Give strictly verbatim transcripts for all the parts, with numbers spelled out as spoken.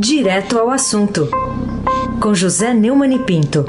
Direto ao assunto, com José Neumann e Pinto.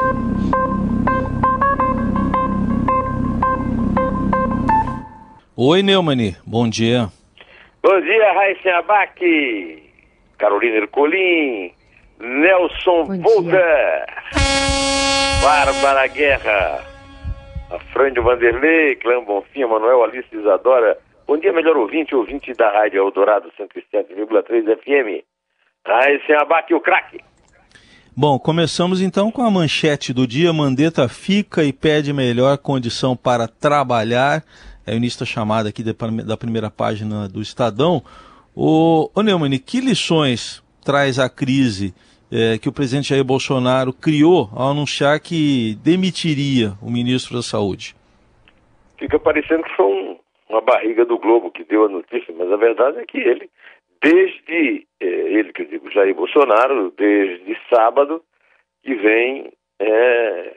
Oi, Neumann, bom dia. Bom dia, Raíssa Abac, Carolina Ercolim, Nelson Volta, Bárbara Guerra, Afrânio Vanderlei, Clã Bonfim, Manuel Alice Isadora. Bom dia, melhor ouvinte, ouvinte da Rádio Eldorado cento e sete vírgula três F M. Raíssa Abac, o craque. Bom, começamos então com a manchete do dia. Mandetta fica e pede melhor condição para trabalhar. É o início da chamada aqui da primeira página do Estadão. Ô, ô Neumann, que lições traz a crise é, que o presidente Jair Bolsonaro criou ao anunciar que demitiria o ministro da Saúde? Fica parecendo que foi um, uma barriga do Globo que deu a notícia, mas a verdade é que ele, desde, é, ele que eu digo, Jair Bolsonaro, desde sábado, que vem é,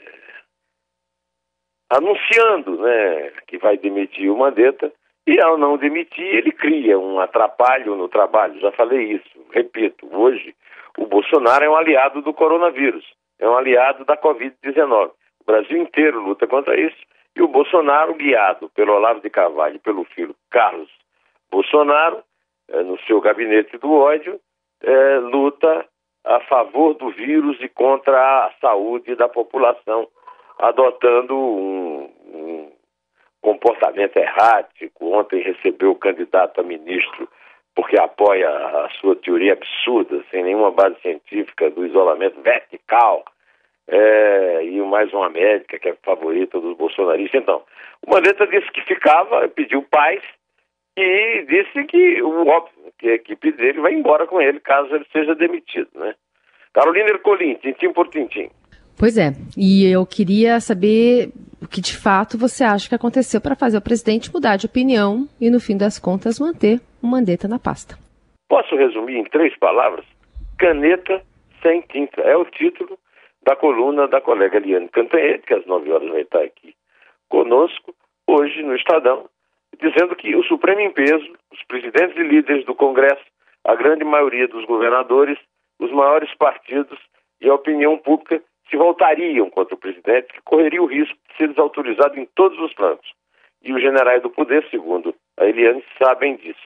anunciando, né, que vai demitir o Mandetta, e ao não demitir ele cria um atrapalho no trabalho. Já falei isso, repito, hoje o Bolsonaro é um aliado do coronavírus, é um aliado da covid dezenove. O Brasil inteiro luta contra isso, e o Bolsonaro, guiado pelo Olavo de Carvalho e pelo filho Carlos Bolsonaro, é, no seu gabinete do ódio, é, luta a favor do vírus e contra a saúde da população, adotando um, um comportamento errático. Ontem recebeu o candidato a ministro porque apoia a sua teoria absurda, sem nenhuma base científica, do isolamento vertical, é, e mais uma médica que é favorita dos bolsonaristas. Então, o Mandetta disse que ficava, pediu paz, e disse que o óbvio, que a equipe dele vai embora com ele, caso ele seja demitido, né? Carolina Ercolim, tintim por tintim. Pois é, e eu queria saber o que de fato você acha que aconteceu para fazer o presidente mudar de opinião e, no fim das contas, manter o Mandetta na pasta. Posso resumir em três palavras? Caneta sem tinta. É o título da coluna da colega Eliane Cantanhede, que às nove horas vai estar aqui conosco, hoje no Estadão, dizendo que o Supremo em peso, os presidentes e líderes do Congresso, a grande maioria dos governadores, os maiores partidos e a opinião pública se voltariam contra o presidente, que correria o risco de ser desautorizado em todos os flancos. E os generais do poder, segundo a Eliane, sabem disso.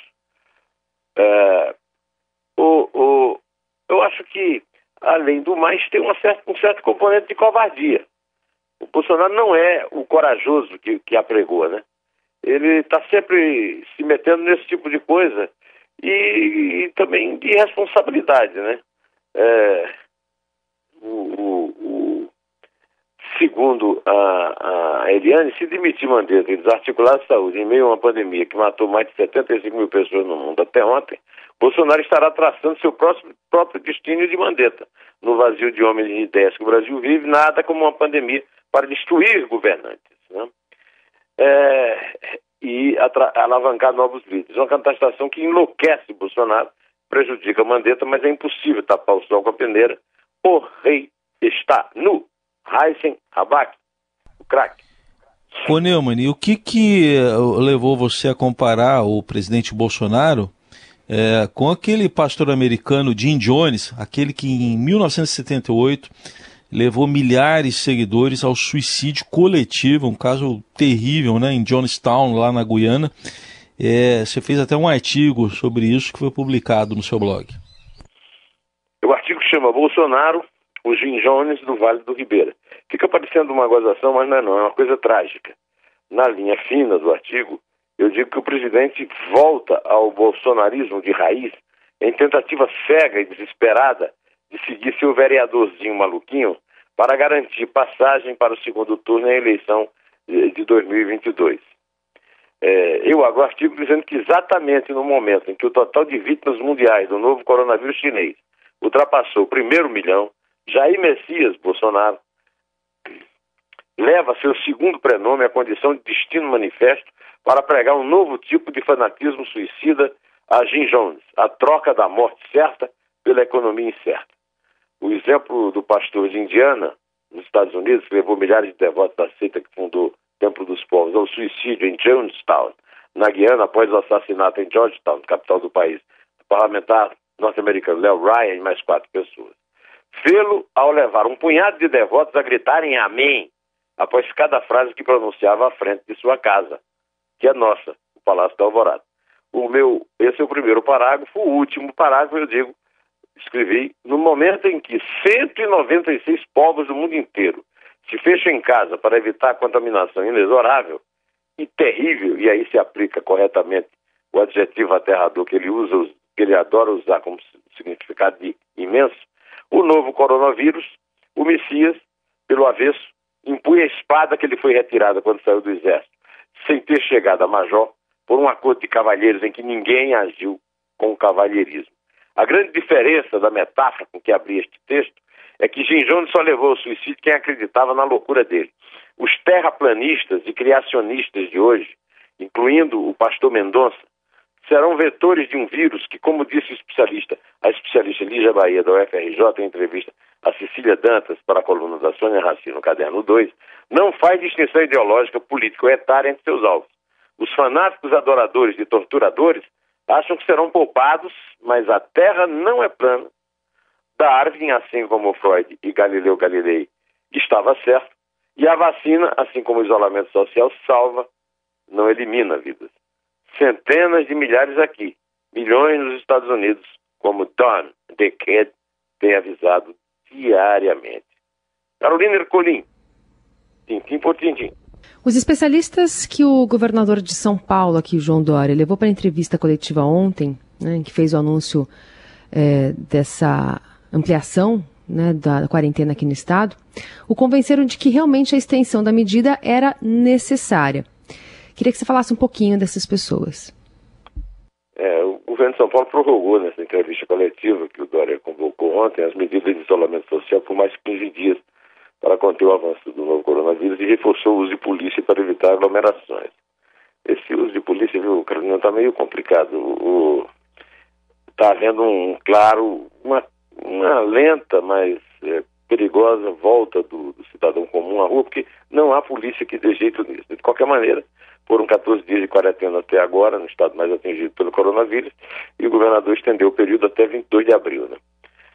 É, o, o, eu acho que, além do mais, tem uma certa, um certo componente de covardia. O Bolsonaro não é o corajoso que, que apregou, né? Ele está sempre se metendo nesse tipo de coisa e, e também de irresponsabilidade, né? É, o, o, o, segundo a, a Eliane, se demitir Mandetta e desarticular a saúde em meio a uma pandemia que matou mais de setenta e cinco mil pessoas no mundo até ontem, Bolsonaro estará traçando seu próximo, próprio destino de Mandetta. No vazio de homens e ideias que o Brasil vive, nada como uma pandemia para destruir governantes, né? É, e alavancar novos líderes. Uma contestação que enlouquece Bolsonaro, prejudica Mandetta, mas é impossível tapar o sol com a peneira. O rei está nu. Raíssa Abac, o craque. Ô Neumann, e o que que levou você a comparar o presidente Bolsonaro é, com aquele pastor americano Jim Jones, aquele que em mil novecentos e setenta e oito levou milhares de seguidores ao suicídio coletivo, um caso terrível, né, em Jonestown, lá na Guiana. É, você fez até um artigo sobre isso que foi publicado no seu blog. O artigo chama Bolsonaro, o Jim Jones do Vale do Ribeira. Fica parecendo uma gozação, mas não é não, é uma coisa trágica. Na linha fina do artigo, eu digo que o presidente volta ao bolsonarismo de raiz em tentativa cega e desesperada de seguir seu vereadorzinho maluquinho para garantir passagem para o segundo turno na eleição de dois mil e vinte e dois. É, eu abro o artigo dizendo que exatamente no momento em que o total de vítimas mundiais do novo coronavírus chinês ultrapassou o primeiro milhão, Jair Messias Bolsonaro leva seu segundo prenome à condição de destino manifesto para pregar um novo tipo de fanatismo suicida a Jim Jones, a troca da morte certa pela economia incerta. O exemplo do pastor de Indiana, nos Estados Unidos, que levou milhares de devotos da seita que fundou o Templo dos Povos ao suicídio em Jonestown, na Guiana, após o assassinato em Georgetown, capital do país, do parlamentar norte-americano Léo Ryan e mais quatro pessoas. Fê-lo ao levar um punhado de devotos a gritarem amém após cada frase que pronunciava à frente de sua casa, que é nossa, o Palácio da Alvorada. O meu, esse é o primeiro parágrafo. O último parágrafo eu digo, escrevi, no momento em que cento e noventa e seis povos do mundo inteiro se fecham em casa para evitar a contaminação inexorável e terrível, e aí se aplica corretamente o adjetivo aterrador que ele usa, que ele adora usar como significado de imenso, o novo coronavírus, o Messias, pelo avesso, impunha a espada que lhe foi retirada quando saiu do exército, sem ter chegado a major, por um acordo de cavalheiros em que ninguém agiu com o cavalheirismo. A grande diferença da metáfora com que abri este texto é que Jim Jones só levou ao suicídio quem acreditava na loucura dele. Os terraplanistas e criacionistas de hoje, incluindo o pastor Mendonça, serão vetores de um vírus que, como disse o especialista, a especialista Lígia Bahia, da U F R J, em entrevista a Cecília Dantas para a coluna da Sônia Raci no Caderno dois, não faz distinção ideológica, política ou etária entre seus alvos. Os fanáticos adoradores de torturadores acham que serão poupados, mas a Terra não é plana. Darwin, assim como Freud e Galileu Galilei, estava certo, e a vacina, assim como o isolamento social, salva, não elimina vidas. Centenas de milhares aqui, milhões nos Estados Unidos, como Don DeKed tem avisado diariamente. Carolina Ercolim, tintim por tintim. Os especialistas que o governador de São Paulo, aqui, João Dória, levou para a entrevista coletiva ontem, né, em que fez o anúncio é, dessa ampliação, né, da quarentena aqui no estado, o convenceram de que realmente a extensão da medida era necessária. Queria que você falasse um pouquinho dessas pessoas. É, o governo de São Paulo prorrogou nessa entrevista coletiva que o Dória convocou ontem as medidas de isolamento social por mais quinze dias para conter o avanço do novo coronavírus e reforçou o uso de polícia para evitar aglomerações. Esse uso de polícia, viu, Carolina, está meio complicado. Está havendo um claro, uma, uma lenta, mas é, perigosa volta do, do cidadão comum à rua, porque não há polícia que dê jeito nisso. De qualquer maneira, foram catorze dias de quarentena até agora, no estado mais atingido pelo coronavírus, e o governador estendeu o período até vinte e dois de abril. Né?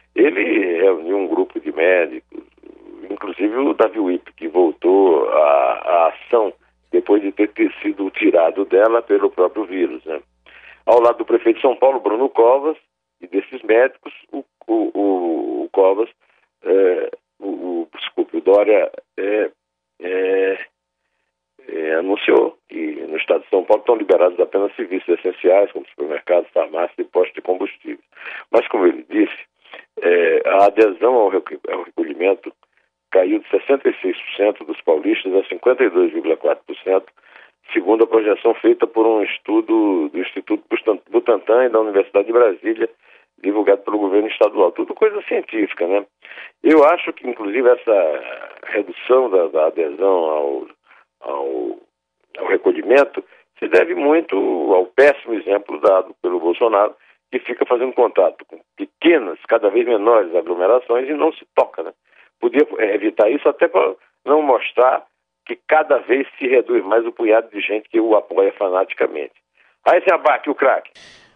Ele reuniu um grupo de médicos, inclusive o Davi Wip, que voltou à, à ação depois de ter, ter sido tirado dela pelo próprio vírus. Né? Ao lado do prefeito de São Paulo, Bruno Covas, e desses médicos, o, o, o, o Covas, é, o, o, desculpe, o Dória é, é, é, anunciou que no estado de São Paulo estão liberados apenas serviços essenciais, como supermercados, farmácias e postos de combustível. Mas, como ele disse, é, a adesão ao, ao recolhimento caiu de sessenta e seis por cento dos paulistas a cinquenta e dois vírgula quatro por cento, segundo a projeção feita por um estudo do Instituto Butantan e da Universidade de Brasília, divulgado pelo governo estadual. Tudo coisa científica, né? Eu acho que, inclusive, essa redução da, da adesão ao, ao, ao recolhimento se deve muito ao péssimo exemplo dado pelo Bolsonaro, que fica fazendo contato com pequenas, cada vez menores aglomerações e não se toca, né? Podia evitar isso até para não mostrar que cada vez se reduz mais o punhado de gente que o apoia fanaticamente. Aí se abaque o craque.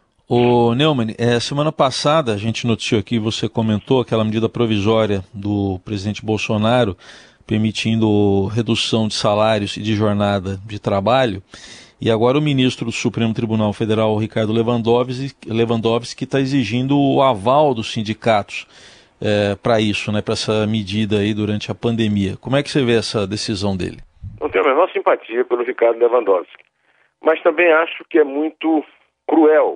Ô Neumann, é, semana passada a gente noticiou aqui, você comentou aquela medida provisória do presidente Bolsonaro permitindo redução de salários e de jornada de trabalho, e agora o ministro do Supremo Tribunal Federal, Ricardo Lewandowski, Lewandowski está exigindo o aval dos sindicatos é, para isso, né, para essa medida aí durante a pandemia. Como é que você vê essa decisão dele? Não tenho a menor simpatia pelo Ricardo Lewandowski, mas também acho que é muito cruel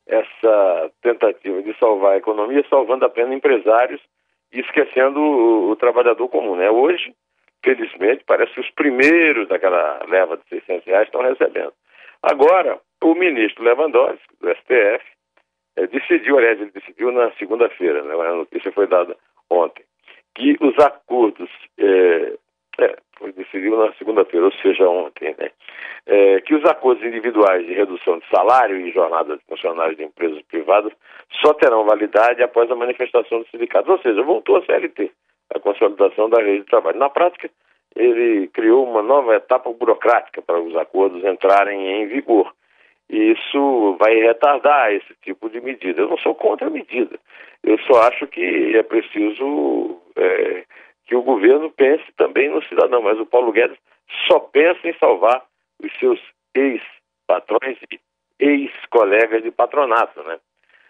essa tentativa de salvar a economia, salvando apenas empresários e esquecendo o, o trabalhador comum, né? Hoje, felizmente, parece que os primeiros daquela leva de seiscentos reais estão recebendo. Agora, o ministro Lewandowski, do S T F, eh, decidiu, aliás, ele decidiu na segunda-feira, né? A notícia foi dada ontem, que os acordos, eh, é, foi decidido na segunda-feira, ou seja, ontem, né? É, que os acordos individuais de redução de salário e jornada de funcionários de empresas privadas só terão validade após a manifestação dos sindicatos, ou seja, voltou a C L T, a consolidação da rede de trabalho. Na prática, ele criou uma nova etapa burocrática para os acordos entrarem em vigor. e isso vai retardar esse tipo de medida. Eu não sou contra a medida, eu só acho que é preciso é, que o governo pense também no cidadão, mas o Paulo Guedes só pensa em salvar os seus ex-patrões e ex-colegas de patronato, né?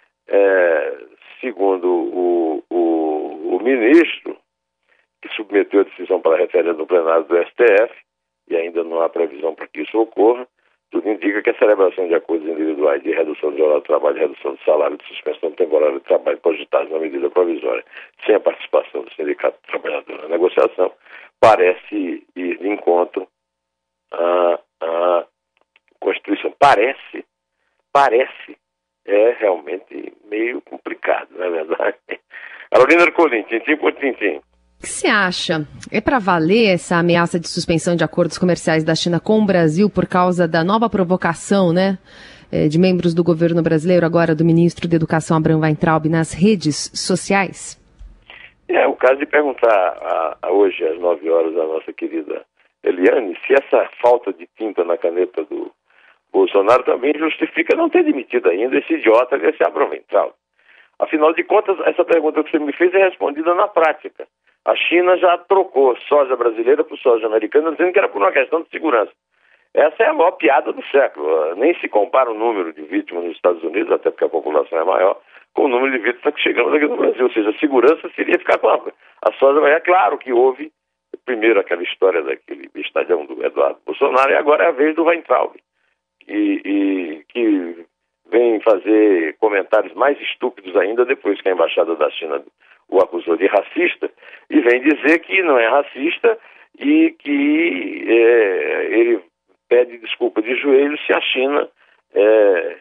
É, segundo o, o, o ministro, que submeteu a decisão para referendo no plenário do S T F, e ainda não há previsão para que isso ocorra, tudo indica que a celebração de acordos individuais de redução de horário de trabalho, de redução de salário, de suspensão temporária de trabalho cogitados na medida provisória, sem a participação do Sindicato do Trabalhador na negociação, parece ir de encontro à, à Constituição. Parece, parece, é realmente meio complicado, não é verdade? Carolina Ercolim, tintim por tintim. O que você acha? É para valer essa ameaça de suspensão de acordos comerciais da China com o Brasil por causa da nova provocação, né, de membros do governo brasileiro, agora do ministro da Educação, Abraham Weintraub, nas redes sociais? É o caso de perguntar a, a hoje, às nove horas, a nossa querida Eliane, se essa falta de tinta na caneta do Bolsonaro também justifica não ter demitido ainda esse idiota, esse Abraham Weintraub. Afinal de contas, essa pergunta que você me fez é respondida na prática. A China já trocou soja brasileira por soja americana, dizendo que era por uma questão de segurança. Essa é a maior piada do século. Nem se compara o número de vítimas nos Estados Unidos, até porque a população é maior, com o número de vítimas que chegamos aqui no Brasil. Ou seja, a segurança seria ficar com a, a soja. Mas é claro que houve, primeiro, aquela história daquele estadão do Eduardo Bolsonaro, e agora é a vez do Weintraub, e, e que vem fazer comentários mais estúpidos ainda depois que a Embaixada da China o acusou de racista, e vem dizer que não é racista e que é, ele pede desculpa de joelhos se a China é,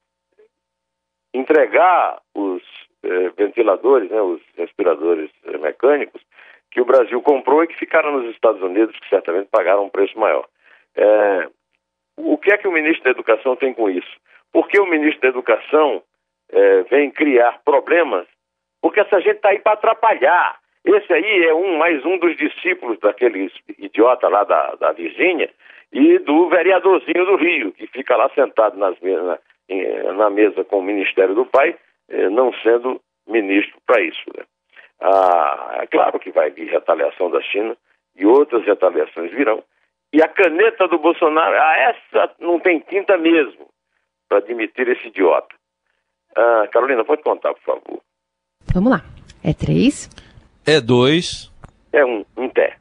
entregar os é, ventiladores, né, os respiradores é, mecânicos, que o Brasil comprou e que ficaram nos Estados Unidos, que certamente pagaram um preço maior. É, o que é que o ministro da Educação tem com isso? Por que o ministro da Educação é, vem criar problemas? Porque essa gente está aí para atrapalhar. Esse aí é um mais um dos discípulos daquele idiota lá da, da Virgínia e do vereadorzinho do Rio, que fica lá sentado nas, na, na mesa com o Ministério do Pai, eh, não sendo ministro para isso, né? Ah, é claro que vai vir retaliação da China e outras retaliações virão. E a caneta do Bolsonaro, ah, essa não tem tinta mesmo para admitir esse idiota. Ah, Carolina, pode contar, por favor. Vamos lá. É três? É dois. É um, um pé.